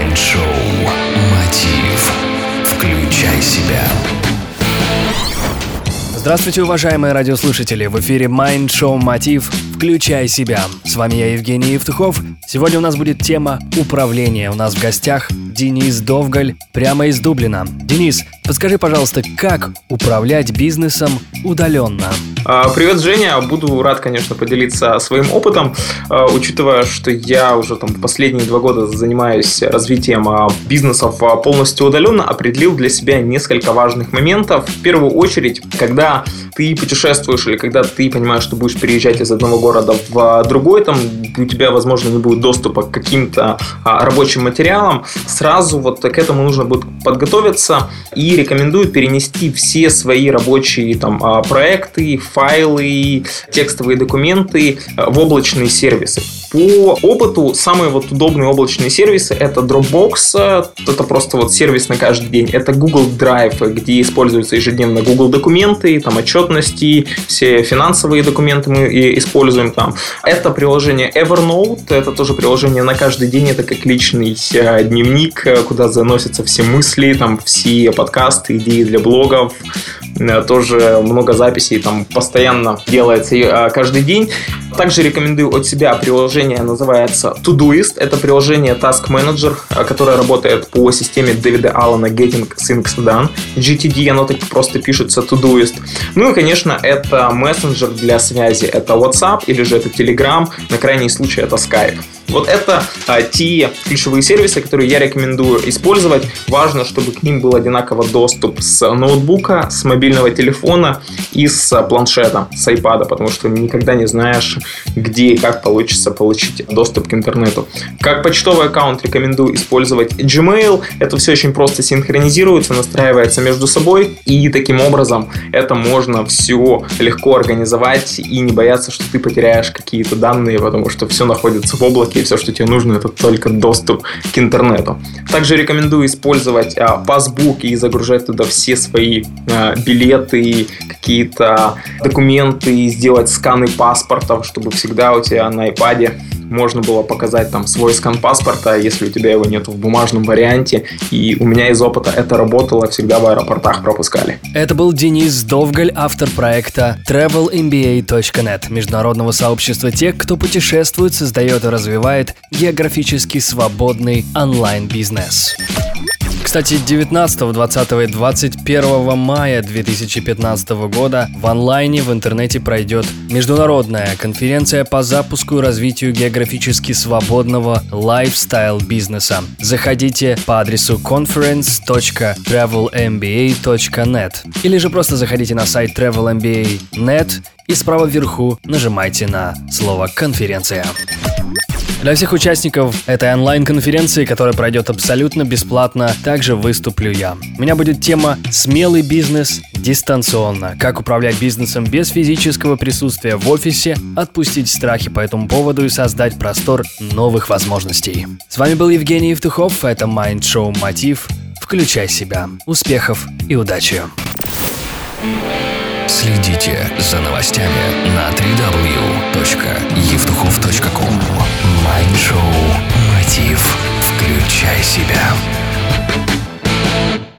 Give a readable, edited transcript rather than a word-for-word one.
Майнд-шоу «Мотив». Включай себя. Здравствуйте, уважаемые радиослушатели! В эфире Майнд-шоу «Мотив». Включай себя. С вами я, Евгений Евтухов. Сегодня у нас будет тема управления. У нас в гостях Денис Довгаль, прямо из Дублина. Денис, подскажи, пожалуйста, как управлять бизнесом удаленно? Привет, Женя. Буду рад, конечно, поделиться своим опытом, учитывая, что я уже последние 2 года занимаюсь развитием бизнесов полностью удаленно, определил для себя несколько важных моментов. В первую очередь, когда ты путешествуешь или когда ты понимаешь, что будешь переезжать из одного города в другой, там у тебя, возможно, не будет доступа к каким-то рабочим материалам, сразу к этому нужно будет подготовиться, и рекомендую перенести все свои рабочие проекты, файлы, текстовые документы в облачные сервисы. По опыту самые удобные облачные сервисы — это Dropbox, это просто сервис на каждый день, это Google Drive, где используются ежедневно Google документы, отчетности, все финансовые документы мы используем там. Это приложение Evernote, это тоже приложение на каждый день, это как личный дневник, куда заносятся все мысли, все подкасты, идеи для блогов, тоже много записей постоянно делается каждый день. Также рекомендую от себя приложение, называется Todoist. Это приложение Task Manager, которое работает по системе Дэвида Аллена Getting Things Done. GTD, оно так просто пишется, Todoist. Ну и, конечно, это мессенджер для связи. Это WhatsApp или же это Telegram. На крайний случай это Skype. Это те ключевые сервисы, которые я рекомендую использовать. Важно, чтобы к ним был одинаково доступ с ноутбука, с мобильного телефона и с планшета, с iPad, потому что никогда не знаешь, где и как получится получить доступ к интернету. Как почтовый аккаунт рекомендую использовать Gmail. Это все очень просто синхронизируется, настраивается между собой, и таким образом это можно все легко организовать и не бояться, что ты потеряешь какие-то данные, потому что все находится в облаке, и все, что тебе нужно, это только доступ к интернету. Также рекомендую использовать Passbook и загружать туда все свои билеты, какие-то документы, сделать сканы паспортов, чтобы всегда у тебя на iPad можно было показать свой скан паспорта, если у тебя его нет в бумажном варианте. И у меня из опыта это работало, всегда в аэропортах пропускали. Это был Денис Довгаль, автор проекта TravelMBA.net, международного сообщества тех, кто путешествует, создает и развивает географически свободный онлайн-бизнес. Кстати, 19, 20 и 21 мая 2015 года в онлайне в интернете пройдет международная конференция по запуску и развитию географически свободного лайфстайл-бизнеса. Заходите по адресу conference.travelmba.net или же просто заходите на сайт travelmba.net и справа вверху нажимайте на слово «Конференция». Для всех участников этой онлайн-конференции, которая пройдет абсолютно бесплатно, также выступлю я. У меня будет тема «Смелый бизнес дистанционно». Как управлять бизнесом без физического присутствия в офисе, отпустить страхи по этому поводу и создать простор новых возможностей. С вами был Евгений Евтухов, это Майнд-шоу «Мотив». Включай себя. Успехов и удачи! Следите за новостями на www.evtuchov.com. Майнд-шоу «Мотив». Включай себя.